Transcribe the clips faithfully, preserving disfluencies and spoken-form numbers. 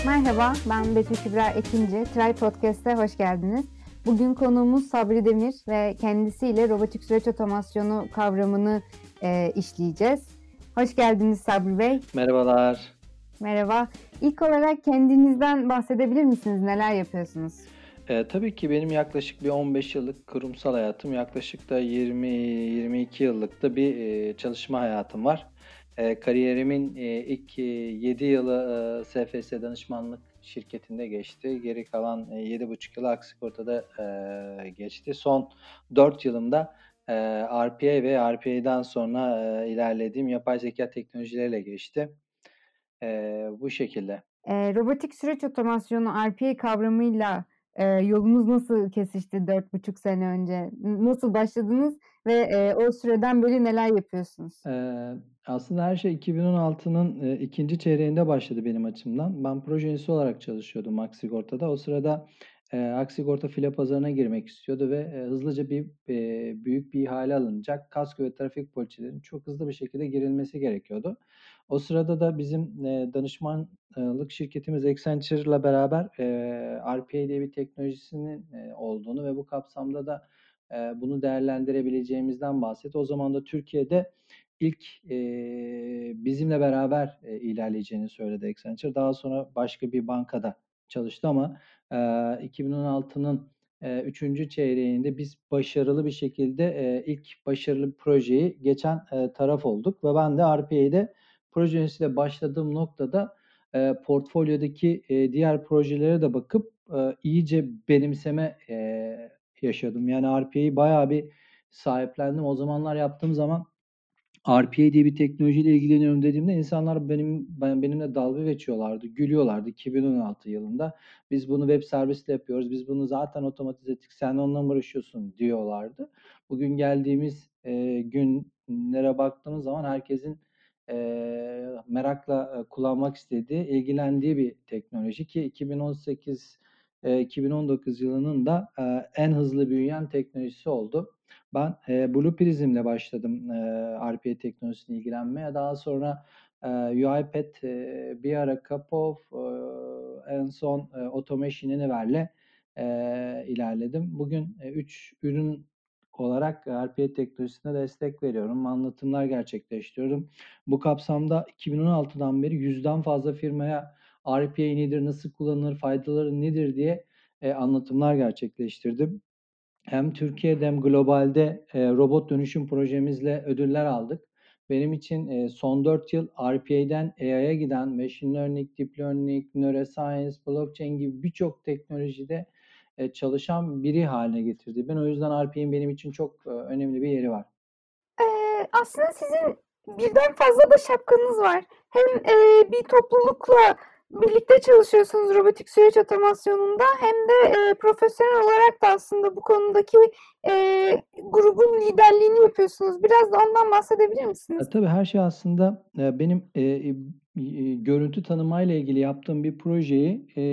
Merhaba, ben Betül Kübra Ekinci. Tray Podcast'e hoş geldiniz. Bugün konuğumuz Sabri Demir ve kendisiyle robotik süreç otomasyonu kavramını e, işleyeceğiz. Hoş geldiniz Sabri Bey. Merhabalar. Merhaba. İlk olarak kendinizden bahsedebilir misiniz? Neler yapıyorsunuz? E, tabii ki benim yaklaşık bir on beş yıllık kurumsal hayatım, yaklaşık da yirmi yirmi iki yıllık da bir e, çalışma hayatım var. E, kariyerimin e, ilk e, yedi yılı e, S F S danışmanlık şirketinde geçti. Geri kalan e, yedi buçuk yılı Aksigorta'da e, geçti. Son dört yılımda e, R P A ve R P A'dan sonra e, ilerlediğim yapay zeka teknolojileriyle geçti. E, bu şekilde. E, robotik süreç otomasyonu R P A kavramıyla e, yolunuz nasıl kesişti dört buçuk sene önce? Nasıl başladınız ve e, o süreden beri neler yapıyorsunuz? Eee, aslında her şey iki bin on altının eee, ikinci çeyreğinde başladı benim açımdan. Ben proje yöneticisi olarak çalışıyordum Aksigorta'da. O sırada eee Aksigorta file pazarına girmek istiyordu ve eee, hızlıca bir eee, büyük bir ihale alınacak. Kasko ve trafik poliçelerinin çok hızlı bir şekilde girilmesi gerekiyordu. O sırada da bizim eee, danışmanlık şirketimiz Accenture'la beraber eee R P A diye bir teknolojisinin eee, olduğunu ve bu kapsamda da eee, bunu değerlendirebileceğimizden bahsetti. O zaman da Türkiye'de İlk eee, bizimle beraber eee, ilerleyeceğini söyledi Accenture. Daha sonra başka bir bankada çalıştı ama eee, iki bin on altının eee, üçüncü çeyreğinde biz başarılı bir şekilde eee, ilk başarılı projeyi geçen eee, taraf olduk ve ben de R P A'de proje yöneticisiyle başladığım noktada eee, portfolyodaki eee, diğer projelere de bakıp eee, iyice benimseme eee, yaşadım. Yani R P A'yı bayağı bir sahiplendim. O zamanlar yaptığım zaman R P A diye bir teknolojiyle ilgileniyorum dediğimde insanlar benim ben benimle dalga geçiyorlardı, gülüyorlardı iki bin on altı yılında. Biz bunu web servisle yapıyoruz, biz bunu zaten otomatize ettik, sen onunla mı uğraşıyorsun diyorlardı. Bugün geldiğimiz e, günlere baktığımız zaman herkesin e, merakla e, kullanmak istediği, ilgilendiği bir teknoloji ki iki bin on sekiz e, iki bin on dokuz yılının da e, en hızlı büyüyen teknolojisi oldu. Ben e, Blue Prism'le başladım e, R P A teknolojisiyle ilgilenmeye. Daha sonra e, UiPath, e, bir ara Capov, e, en son e, Automation Anywhere'le e, ilerledim. Bugün e, üç ürün olarak R P A teknolojisine destek veriyorum. Anlatımlar gerçekleştiriyorum. Bu kapsamda iki bin on altıdan beri yüzden fazla firmaya R P A nedir, nasıl kullanılır, faydaları nedir diye e, anlatımlar gerçekleştirdim. Hem Türkiye'de hem globalde e, robot dönüşüm projemizle ödüller aldık. Benim için e, son dört yıl R P A'den A I'ya giden Machine Learning, Deep Learning, Neuroscience, Blockchain gibi birçok teknolojide e, çalışan biri haline getirdi. Ben o yüzden R P A'nin benim için çok e, önemli bir yeri var. Ee, aslında sizin birden fazla da şapkanız var. Hem e, bir toplulukla birlikte çalışıyorsunuz robotik süreç otomasyonunda hem de e, profesyonel olarak da aslında bu konudaki e, grubun liderliğini yapıyorsunuz. Biraz da ondan bahsedebilir misiniz? E, tabii her şey aslında e, benim e, e, görüntü tanımayla ilgili yaptığım bir projeyi e,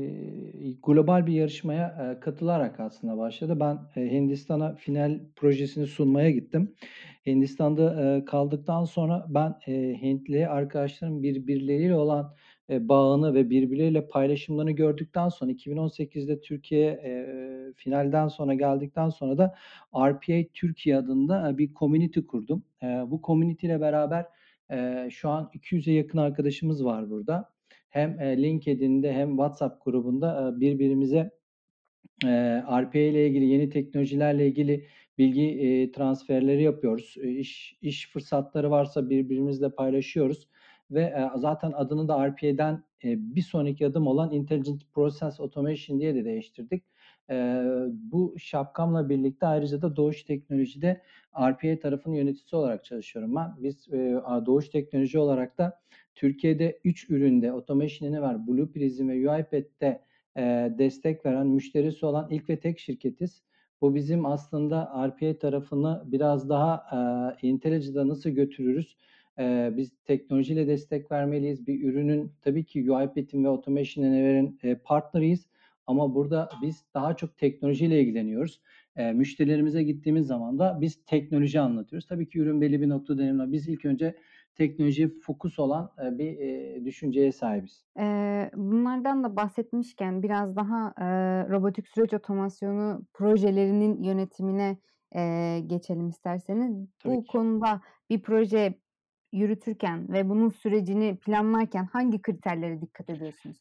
global bir yarışmaya e, katılarak aslında başladı. Ben e, Hindistan'a final projesini sunmaya gittim. Hindistan'da e, kaldıktan sonra ben e, Hintli arkadaşlarım birbirleriyle olan e, bağını ve birbirleriyle paylaşımlarını gördükten sonra iki bin on sekizde Türkiye e, finalden sonra geldikten sonra da R P A Türkiye adında bir community kurdum. E, bu community ile beraber e, şu an iki yüze yakın arkadaşımız var burada. Hem e, LinkedIn'de hem WhatsApp grubunda e, birbirimize e, R P A ile ilgili yeni teknolojilerle ilgili bilgi e, transferleri yapıyoruz. E, iş, iş fırsatları varsa birbirimizle paylaşıyoruz ve e, zaten adını da R P A'den e, bir sonraki adım olan Intelligent Process Automation diye de değiştirdik. E, bu şapkamla birlikte ayrıca da Doğuş Teknoloji'de R P A tarafının yöneticisi olarak çalışıyorum ben. Biz e, Doğuş Teknoloji olarak da Türkiye'de üç üründe Automation var, Blue Prism ve UiPath'te e, destek veren, müşterisi olan ilk ve tek şirketiz. Bu bizim aslında R P A tarafını biraz daha e, intelligence'a nasıl götürürüz? E, biz teknolojiyle destek vermeliyiz. Bir ürünün tabii ki UiPath'in ve Automation Anywhere'in e, partnerıyız. Ama burada biz daha çok teknolojiyle ilgileniyoruz. E, müşterilerimize gittiğimiz zaman da biz teknoloji anlatıyoruz. Tabii ki ürün belli bir noktada önemli. Biz ilk önce teknolojiye fokus olan e, bir e, düşünceye sahibiz. Eee, bunlardan da bahsetmişken biraz daha, eee, robotik süreç otomasyonu projelerinin yönetimine, eee, geçelim isterseniz. Tabii Bu ki. konuda bir proje yürütürken ve bunun sürecini planlarken hangi kriterlere dikkat ediyorsunuz?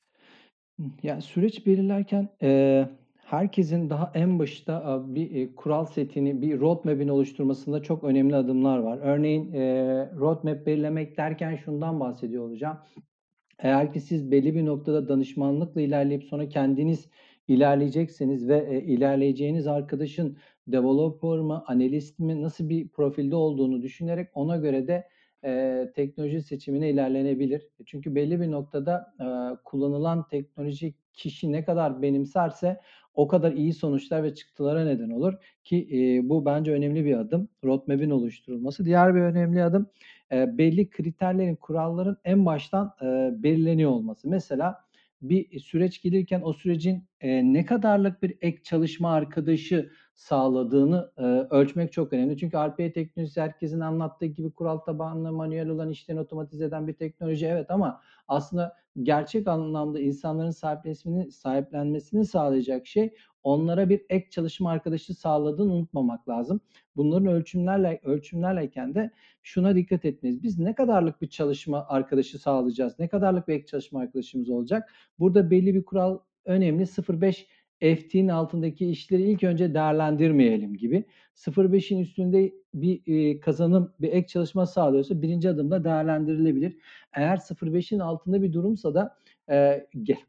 Ya, süreç belirlerken, eee, herkesin daha en başta, aaa, bir, eee, kural setini, bir roadmap'ini oluşturmasında çok önemli adımlar var. Örneğin, eee, roadmap belirlemek derken şundan bahsediyor olacağım. Eğer ki siz belli bir noktada danışmanlıkla ilerleyip sonra kendiniz ilerleyecekseniz ve, eee, ilerleyeceğiniz arkadaşın developer mı, analist mi, nasıl bir profilde olduğunu düşünerek ona göre de, eee, teknoloji seçimine ilerlenebilir. E, çünkü belli bir noktada, eee, kullanılan teknoloji kişi ne kadar benimserse o kadar iyi sonuçlar ve çıktılara neden olur ki, eee, bu bence önemli bir adım, roadmap'in oluşturulması. Diğer bir önemli adım, eee, belli kriterlerin, kuralların en baştan, eee, belirleniyor olması. Mesela bir süreç gelirken o sürecin, eee, ne kadarlık bir ek çalışma arkadaşı sağladığını, eee, ölçmek çok önemli. Çünkü R P A teknolojisi herkesin anlattığı gibi kural tabanlı, manuel olan işlerini otomatize eden bir teknoloji, evet, ama aslında gerçek anlamda insanların sahiplenmesini sahiplenmesini sağlayacak şey onlara bir ek çalışma arkadaşı sağladığını unutmamak lazım. Bunların ölçümlerle ölçümlerleyken de şuna dikkat etmeliyiz. Biz ne kadarlık bir çalışma arkadaşı sağlayacağız? Ne kadarlık bir ek çalışma arkadaşımız olacak? Burada belli bir kural önemli. sıfır virgül beş F T'nin altındaki işleri ilk önce değerlendirmeyelim gibi. sıfır virgül beşin üstünde bir e, kazanım, bir ek çalışma sağlıyorsa birinci adımda değerlendirilebilir. Eğer sıfır virgül beşin altında bir durumsa da e,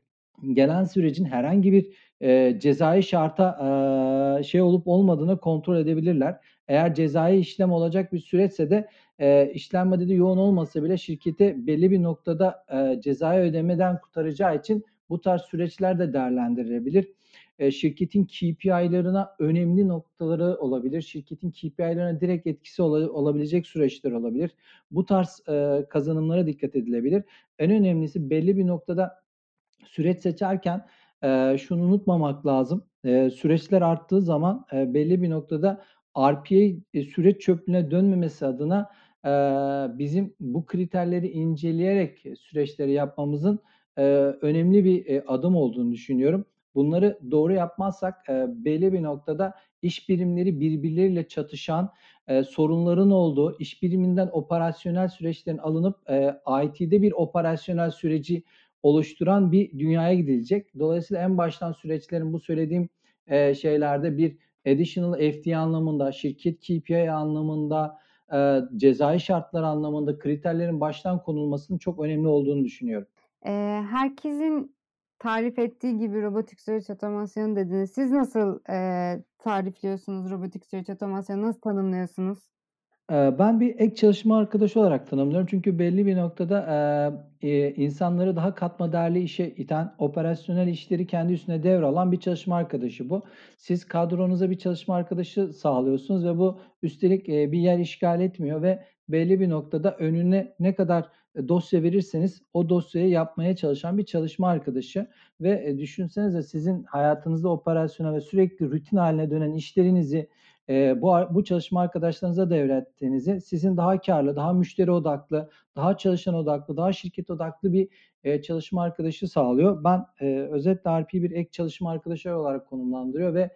gelen sürecin herhangi bir e, cezai şarta e, şey olup olmadığını kontrol edebilirler. Eğer cezai işlem olacak bir süreçse de e, işlem madedi yoğun olmasa bile şirketi belli bir noktada e, cezai ödemeden kurtaracağı için bu tarz süreçler de değerlendirilebilir. E, şirketin K P I'larına önemli noktaları olabilir. Şirketin K P I'larına direkt etkisi ol- olabilecek süreçler olabilir. Bu tarz e, kazanımlara dikkat edilebilir. En önemlisi belli bir noktada süreç seçerken e, şunu unutmamak lazım. E, süreçler arttığı zaman e, belli bir noktada R P A e, süreç çöplüğüne dönmemesi adına e, bizim bu kriterleri inceleyerek süreçleri yapmamızın e, önemli bir e, adım olduğunu düşünüyorum. Bunları doğru yapmazsak e, belli bir noktada iş birimleri birbirleriyle çatışan e, sorunların olduğu, iş biriminden operasyonel süreçlerin alınıp e, I T'de bir operasyonel süreci oluşturan bir dünyaya gidilecek. Dolayısıyla en baştan süreçlerin bu söylediğim e, şeylerde bir additional F T anlamında, şirket K P I anlamında, e, cezai şartlar anlamında kriterlerin baştan konulmasının çok önemli olduğunu düşünüyorum. Eee, herkesin tarif ettiği gibi robotik süreç otomasyonu dediniz. Siz nasıl, eee, tarifliyorsunuz robotik süreç otomasyonu? Nasıl tanımlıyorsunuz? Eee, ben bir ek çalışma arkadaşı olarak tanımlıyorum. Çünkü belli bir noktada, eee, eee, insanları daha katma değerli işe iten, operasyonel işleri kendi üstüne devralan bir çalışma arkadaşı bu. Siz kadronuza bir çalışma arkadaşı sağlıyorsunuz ve bu üstelik, eee, bir yer işgal etmiyor ve belli bir noktada önüne ne kadar, eee, dosya verirseniz o dosyayı yapmaya çalışan bir çalışma arkadaşı ve, eee, düşünsenize sizin hayatınızda operasyonel ve sürekli rutin hâline dönen işlerinizi Eee, bu ar bu çalışma arkadaşlarınıza devrettiğinizde sizin daha kârlı, daha müşteri odaklı, daha çalışan odaklı, daha şirket odaklı bir, eee, çalışma arkadaşı sağlıyor. Ben, eee, özetle R P'yi bir ek çalışma arkadaşı olarak konumlandırıyor ve,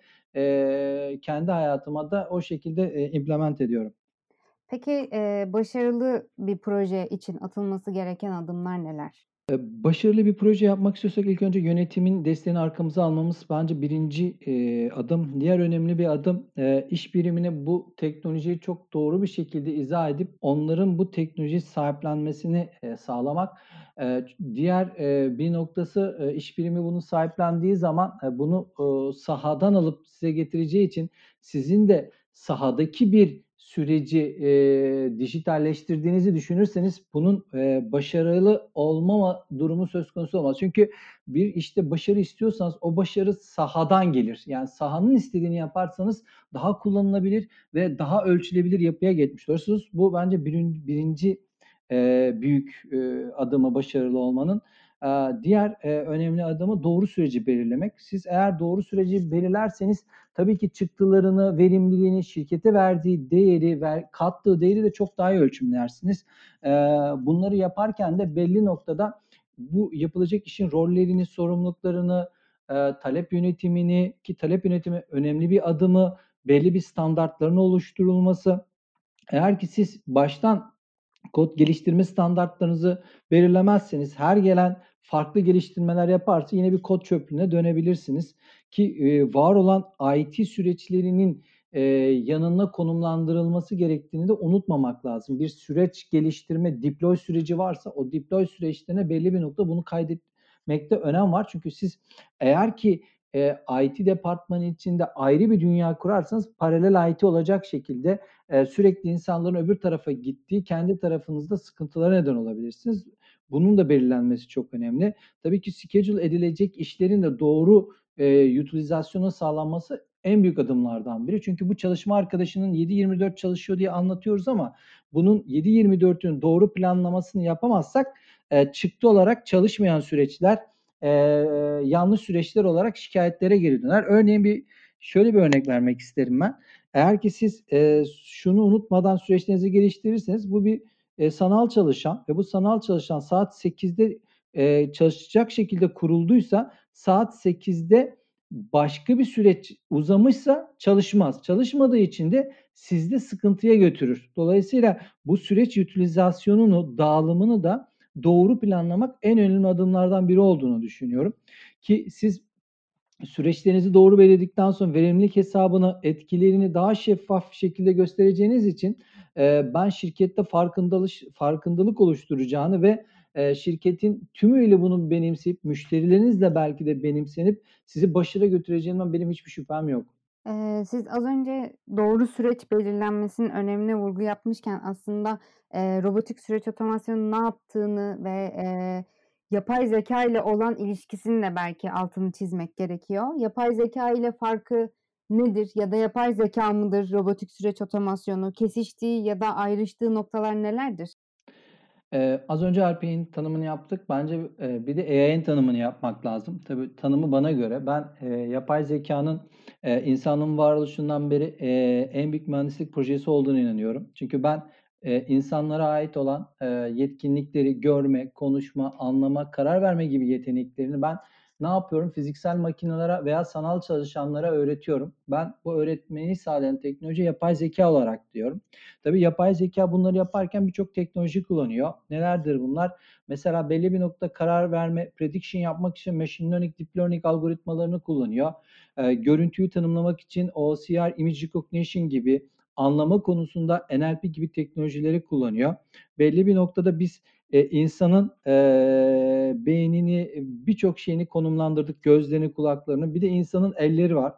eee, kendi hayatıma da o şekilde, eee, implement ediyorum. Peki, eee, başarılı bir proje için atılması gereken adımlar neler? Eee, başarılı bir proje yapmak istiyorsak ilk önce yönetimin desteğini arkamıza almamız bence birinci eee, adım. Diğer önemli bir adım, eee, iş birimine bu teknolojiyi çok doğru bir şekilde izah edip onların bu teknolojiyi sahiplenmesini, eee, sağlamak. Eee, diğer, eee, bir noktası, eee, iş birimi bunu sahiplendiği zaman, eee, bunu, ııı, sahadan alıp size getireceği için sizin de sahadaki bir süreci, eee, dijitalleştirdiğinizi düşünürseniz bunun, eee, başarılı olmama durumu söz konusu olmaz. Çünkü bir işte başarı istiyorsanız o başarı sahadan gelir. Yani sahanın istediğini yaparsanız daha kullanılabilir ve daha ölçülebilir yapıya geçmiş olursunuz. Bu bence birin birinci eee, büyük, eee, adımı başarılı olmanın. Eee, diğer, eee, önemli adımı doğru süreci belirlemek. Siz eğer doğru süreci belirlerseniz tabii ki çıktılarını, verimliliğini, şirkete verdiği değeri, ver kattığı değeri de çok daha iyi ölçümlersiniz. Eee, bunları yaparken de belli noktada bu yapılacak işin rollerini, sorumluluklarını, eee, talep yönetimini ki talep yönetimi önemli bir adımı, belli bir standartların oluşturulması. Eğer ki siz baştan kod geliştirme standartlarınızı belirlemezseniz her gelen farklı geliştirmeler yaparsa yine bir kod çöplüğüne dönebilirsiniz ki e, var olan I T süreçlerinin e, yanına konumlandırılması gerektiğini de unutmamak lazım. Bir süreç geliştirme, deploy süreci varsa o deploy süreçlerine belli bir nokta bunu kaydetmekte önem var. Çünkü siz eğer ki e, I T departmanı içinde ayrı bir dünya kurarsanız paralel I T olacak şekilde e, sürekli insanların öbür tarafa gittiği kendi tarafınızda sıkıntılara neden olabilirsiniz. Bunun da belirlenmesi çok önemli. Tabii ki schedule edilecek işlerin de doğru e, utilizasyona sağlanması en büyük adımlardan biri. Çünkü bu çalışma arkadaşının yedi yirmi dört çalışıyor diye anlatıyoruz ama bunun yedi yirmi dört'ün doğru planlamasını yapamazsak e, çıktı olarak çalışmayan süreçler e, yanlış süreçler olarak şikayetlere geri döner. Örneğin bir şöyle bir örnek vermek isterim ben. Eğer ki siz e, şunu unutmadan süreçlerinizi geliştirirseniz bu bir e, sanal çalışan ve bu sanal çalışan saat sekizde e, çalışacak şekilde kurulduysa saat sekizde başka bir süreç uzamışsa çalışmaz. Çalışmadığı için de sizde sıkıntıya götürür. Dolayısıyla bu süreç utilizasyonunu, dağılımını da doğru planlamak en önemli adımlardan biri olduğunu düşünüyorum. Ki siz süreçlerinizi doğru belirledikten sonra verimlilik hesabını, etkilerini daha şeffaf bir şekilde göstereceğiniz için e, ben şirkette farkındalık, farkındalık oluşturacağını ve e, şirketin tümüyle bunu benimseyip müşterilerinizle belki de benimsenip sizi başarıya götüreceğinden benim hiçbir şüphem yok. Eee, siz az önce doğru süreç belirlenmesinin önemine vurgu yapmışken aslında, eee, robotik süreç otomasyonunun ne yaptığını ve, eee, yapay zekâ ile olan ilişkisinin de belki altını çizmek gerekiyor. Yapay zekâ ile farkı nedir ya da yapay zekâ mıdır robotik süreç otomasyonu? Kesiştiği ya da ayrıştığı noktalar nelerdir? Eee, az önce R P A'nin tanımını yaptık. Bence, eee, bir de A I'nin tanımını yapmak lazım. Tabii tanımı bana göre ben, eee, yapay zekânın, eee, insanlığın varoluşundan beri, eee, en büyük mühendislik projesi olduğuna inanıyorum. Çünkü ben, eee, insanlara ait olan, eee, yetkinlikleri görme, konuşma, anlama, karar verme gibi yeteneklerini ben ne yapıyorum? Fiziksel makinelere veya sanal çalışanlara öğretiyorum. Ben bu öğretmeyi sağlayan teknoloji yapay zekâ olarak diyorum. Tabii yapay zeka bunları yaparken birçok teknoloji kullanıyor. Nelerdir bunlar? Mesela belli bir nokta karar verme, prediction yapmak için machine learning, deep learning algoritmalarını kullanıyor. Eee, görüntüyü tanımlamak için O C R, image recognition gibi anlama konusunda N L P gibi teknolojileri kullanıyor. Belli bir noktada biz e, insanın e, beynini, birçok şeyini konumlandırdık, gözlerini, kulaklarını. Bir de insanın elleri var.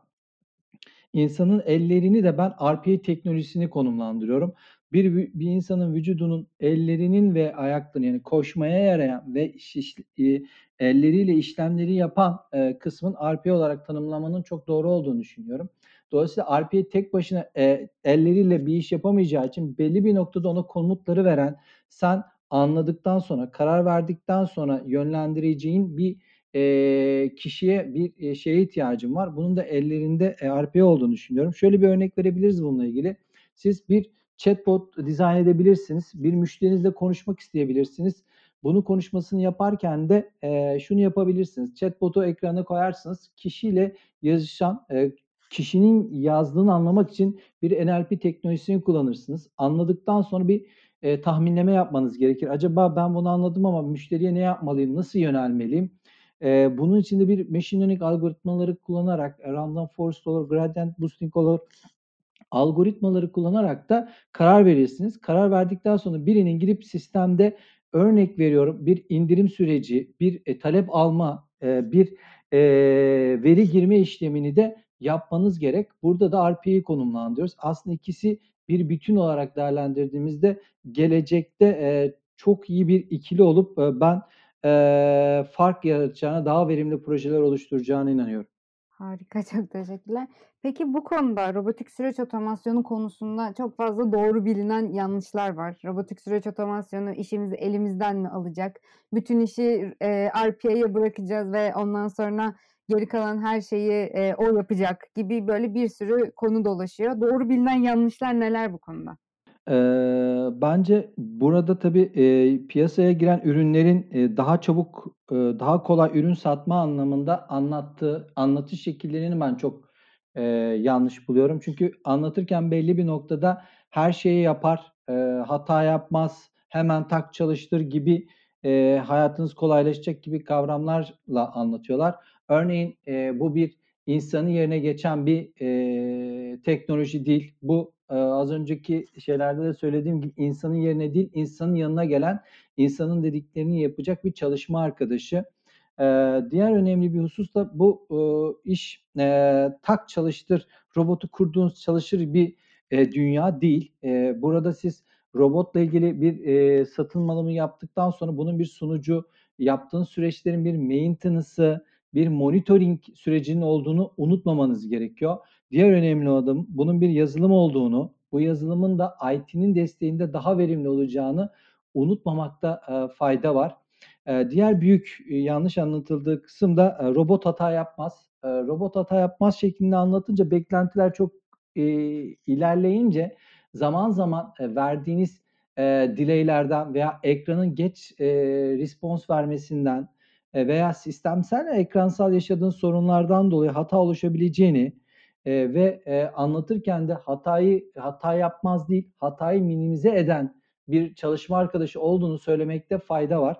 İnsanın ellerini de ben R P A teknolojisini konumlandırıyorum. Bir bir insanın vücudunun ellerinin ve ayaklarının yani koşmaya yarayan ve şiş, e, elleriyle işlemleri yapan e, kısmın R P A olarak tanımlamanın çok doğru olduğunu düşünüyorum. Dolayısıyla R P A tek başına e, elleriyle bir iş yapamayacağı için belli bir noktada ona komutları veren, sen anladıktan sonra, karar verdikten sonra yönlendireceğin bir Eee, kişiye bir, eee, şeye ihtiyacım var. Bunun da ellerinde, eee, R P A olduğunu düşünüyorum. Şöyle bir örnek verebiliriz bununla ilgili. Siz bir chatbot dizayn edebilirsiniz. Bir müşterinizle konuşmak isteyebilirsiniz. Bunu konuşmasını yaparken de, eee, şunu yapabilirsiniz. Chatbot'u ekrana koyarsınız. Kişiyle yazışan, eee, kişinin yazdığını anlamak için bir N L P teknolojisini kullanırsınız. Anladıktan sonra bir, eee, tahminleme yapmanız gerekir. Acaba ben bunu anladım ama müşteriye ne yapmalıyım, nasıl yönelmeliyim? Eee, bunun için de bir machine learning algoritmaları kullanarak, e, random forest olur, gradient boosting olur, algoritmaları kullanarak da karar verirsiniz. Karar verdikten sonra birinin gidip sistemde örnek veriyorum bir indirim süreci, bir e, talep alma, e, bir e, veri girme işlemini de yapmanız gerek. Burada da R P A'yı konumlandırıyoruz. Aslında ikisi bir bütün olarak değerlendirdiğimizde gelecekte e, çok iyi bir ikili olup e, ben e, fark yaratacağına, daha verimli projeler oluşturacağına inanıyorum. Harika, çok teşekkürler. Peki bu konuda, robotik süreç otomasyonu konusunda çok fazla doğru bilinen yanlışlar var. Robotik süreç otomasyonu işimizi elimizden mi alacak? Bütün işi, eee, R P A'ya bırakacağız ve ondan sonra geri kalan her şeyi, eee, o yapacak gibi böyle bir sürü konu dolaşıyor. Doğru bilinen yanlışlar neler bu konuda? Eee, bence burada tabii, eee, piyasaya giren ürünlerin, eee, daha çabuk, ııı, daha kolay ürün satma anlamında anlattığı anlatış şekillerini ben çok, eee, yanlış buluyorum. Çünkü anlatırken belli bir noktada her şeyi yapar, eee, hata yapmaz, hemen tak çalıştır gibi, eee, hayatınız kolaylaşacak gibi kavramlarla anlatıyorlar. Örneğin, eee, bu bir insanın yerine geçen bir, eee, teknoloji değil. Bu, eee, az önceki şeylerde de söylediğim gibi insanın yerine değil, insanın yanına gelen, insanın dediklerini yapacak bir çalışma arkadaşı. Eee, diğer önemli bir husus da bu, ııı, iş, eee, tak çalıştır, robotu kurduğunuz çalışır bir, eee, dünya değil. Eee, burada siz robotla ilgili bir, eee, satın alımı yaptıktan sonra bunun bir sonucu, yaptığınız süreçlerin bir maintenance'ı, bir monitoring sürecinin olduğunu unutmamanız gerekiyor. Diğer önemli adım, bunun bir yazılım olduğunu, bu yazılımın da I T'nin desteğinde daha verimli olacağını unutmamakta, eee, fayda var. Eee, diğer büyük, eee, yanlış anlatıldığı kısım da, eee, robot hata yapmaz. Eee, robot hata yapmaz şeklinde anlatınca beklentiler çok, eee, ilerleyince zaman zaman, eee, verdiğiniz, eee, delay'lerden veya ekranın geç, eee, response vermesinden, eee, veya sistemsel ve ekransal yaşadığınız sorunlardan dolayı hata oluşabileceğini, eee, ve, eee, anlatırken de hatayı hata yapmaz değil, hatayı minimize eden bir çalışma arkadaşı olduğunu söylemekte fayda var.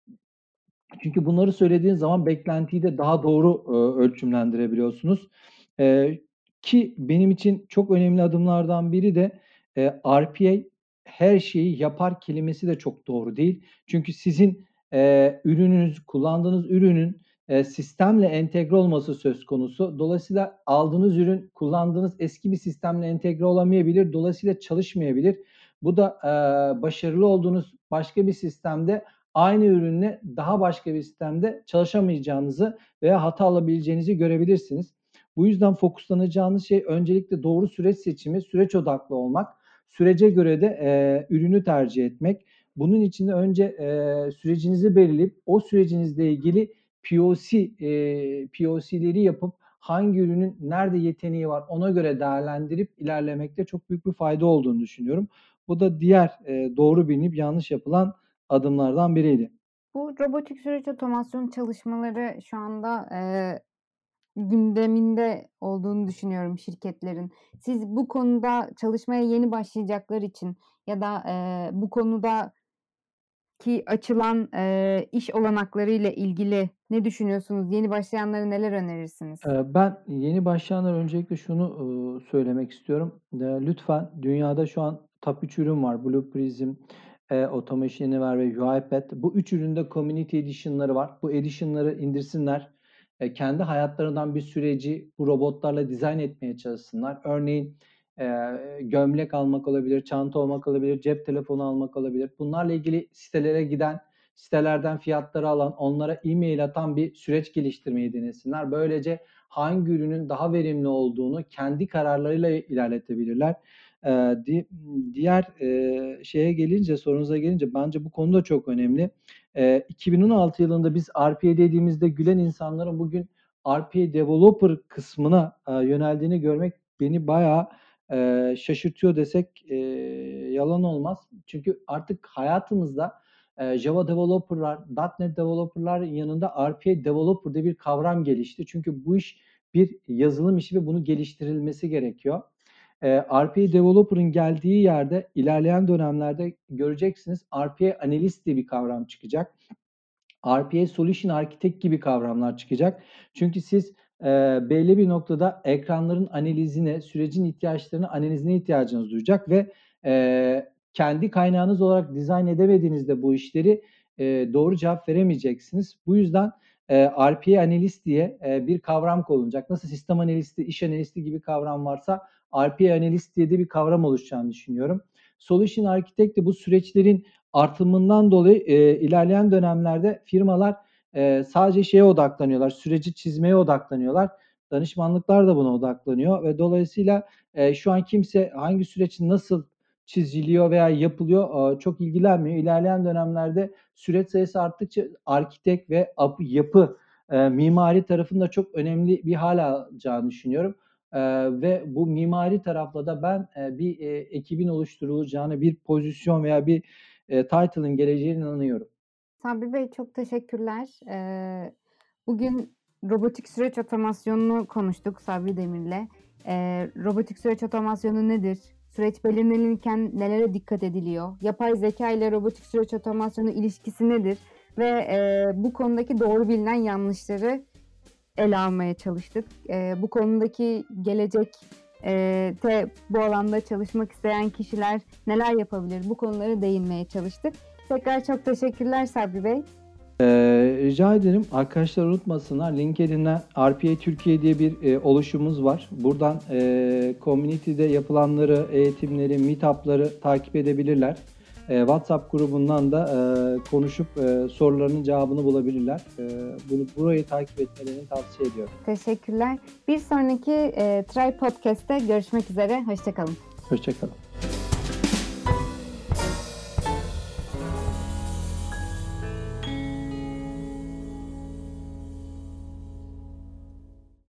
Çünkü bunları söylediğin zaman beklentiyi de daha doğru, ııı, ölçümlendirebiliyorsunuz. Eee, ki benim için çok önemli adımlardan biri de, eee, R P A her şeyi yapar kelimesi de çok doğru değil. Çünkü sizin, eee, ürününüz, kullandığınız ürünün, eee, sistemle entegre olması söz konusu. Dolayısıyla aldığınız ürün kullandığınız eski bir sistemle entegre olamayabilir. Dolayısıyla çalışmayabilir. Bu da, eee, başarılı olduğunuz başka bir sistemde aynı ürünle daha başka bir sistemde çalışamayacağınızı veya hata alabileceğinizi görebilirsiniz. Bu yüzden fokuslanacağınız şey öncelikle doğru süreç seçimi, süreç odaklı olmak, sürece göre de, eee, ürünü tercih etmek. Bunun için de önce, eee, sürecinizi belirleyip o sürecinizle ilgili P O C, eee, P O C'leri yapıp hangi ürünün nerede yeteneği var ona göre değerlendirip ilerlemekte çok büyük bir fayda olduğunu düşünüyorum. Bu da diğer, eee, doğru bilinip yanlış yapılan adımlardan biriydi. Bu robotik süreç otomasyon çalışmaları şu anda, eee, gündeminde olduğunu düşünüyorum şirketlerin. Siz bu konuda çalışmaya yeni başlayacaklar için ya da, eee, bu konudaki açılan, eee, iş olanaklarıyla ilgili ne düşünüyorsunuz? Yeni başlayanlara neler önerirsiniz? Eee, ben yeni başlayanlara öncelikle şunu, ııı, söylemek istiyorum. Eee, lütfen dünyada şu an top üç ürün var. Blue Prism, eee, Automation Anywhere ve UiPath. Bu üç üründe Community Edition'ları var. Bu edition'ları indirsinler. Eee, kendi hayatlarından bir süreci bu robotlarla dizayn etmeye çalışsınlar. Örneğin, eee, gömlek almak olabilir, çanta almak olabilir, cep telefonu almak olabilir. Bunlarla ilgili sitelere giden, sitelerden fiyatları alan, onlara e-mail atan bir süreç geliştirmeyi denesinler. Böylece hangi ürünün daha verimli olduğunu kendi kararlarıyla ilerletebilirler. Eee, di diğer, eee, şeye gelince, sorunuza gelince bence bu konu da çok önemli. Eee, iki bin on altı yılında biz R P A dediğimizde gülen insanların bugün R P A developer kısmına, eee, yöneldiğini görmek beni bayağı, eee, şaşırtıyor desek, eee, yalan olmaz. Çünkü artık hayatımızda, eee, Java developer'lar, .NET developer'lar yanında R P A developer diye bir kavram gelişti. Çünkü bu iş bir yazılım işi ve bunun geliştirilmesi gerekiyor. Eee, R P A developer'ın geldiği yerde ilerleyen dönemlerde göreceksiniz R P A analist diye bir kavram çıkacak. R P A Solution Architect gibi kavramlar çıkacak. Çünkü siz, eee, belli bir noktada ekranların analizine, sürecin ihtiyaçlarını analizine ihtiyacınız duyacak ve, eee, kendi kaynağınız olarak dizayn edemediğinizde bu işleri, eee, doğru cevap veremeyeceksiniz. Bu yüzden, eee, R P A analist diye, eee, bir kavram konulacak. Nasıl sistem analisti, iş analisti gibi kavram varsa R P A analist diye de bir kavram oluşacağını düşünüyorum. Solution Architect de bu süreçlerin artımından dolayı, eee, ilerleyen dönemlerde firmalar, eee, sadece şeye odaklanıyorlar, süreci çizmeye odaklanıyorlar. Danışmanlıklar da buna odaklanıyor ve dolayısıyla e, şu an kimse hangi süreç nasıl çiziliyor veya yapılıyor e, çok ilgilenmiyor. İlerleyen dönemlerde süreç sayısı arttıkça arkitekt ve yapı, e, mimari tarafında çok önemli bir hal alacağını düşünüyorum. E, ve bu mimari tarafla da ben e, bir e, ekibin oluşturulacağını, bir pozisyon veya bir e, title'ın geleceğine inanıyorum. Sabri Bey çok teşekkürler. Ee, bugün robotik süreç otomasyonunu konuştuk Sabri Demir'le. Ee, robotik süreç otomasyonu nedir? Süreç belirlenirken nelere dikkat ediliyor? Yapay zeka ile robotik süreç otomasyonu ilişkisi nedir? Ve e, bu konudaki doğru bilinen yanlışları ele almaya çalıştık. E, bu konudaki gelecek e, te, bu alanda çalışmak isteyen kişiler neler yapabilir? Bu konuları değinmeye çalıştık. Tekrar çok teşekkürler Sabri Bey. Ee, rica ederim. Arkadaşlar unutmasınlar. LinkedIn'den R P A Türkiye diye bir e, oluşumumuz var. Buradan e, community'de yapılanları, eğitimleri, meetup'ları takip edebilirler. E, WhatsApp grubundan da e, konuşup e, sorularının cevabını bulabilirler. E, bunu burayı takip etmelerini tavsiye ediyorum. Teşekkürler. Bir sonraki e, Try Podcast'te görüşmek üzere. Hoşça kalın. Hoşça kalın.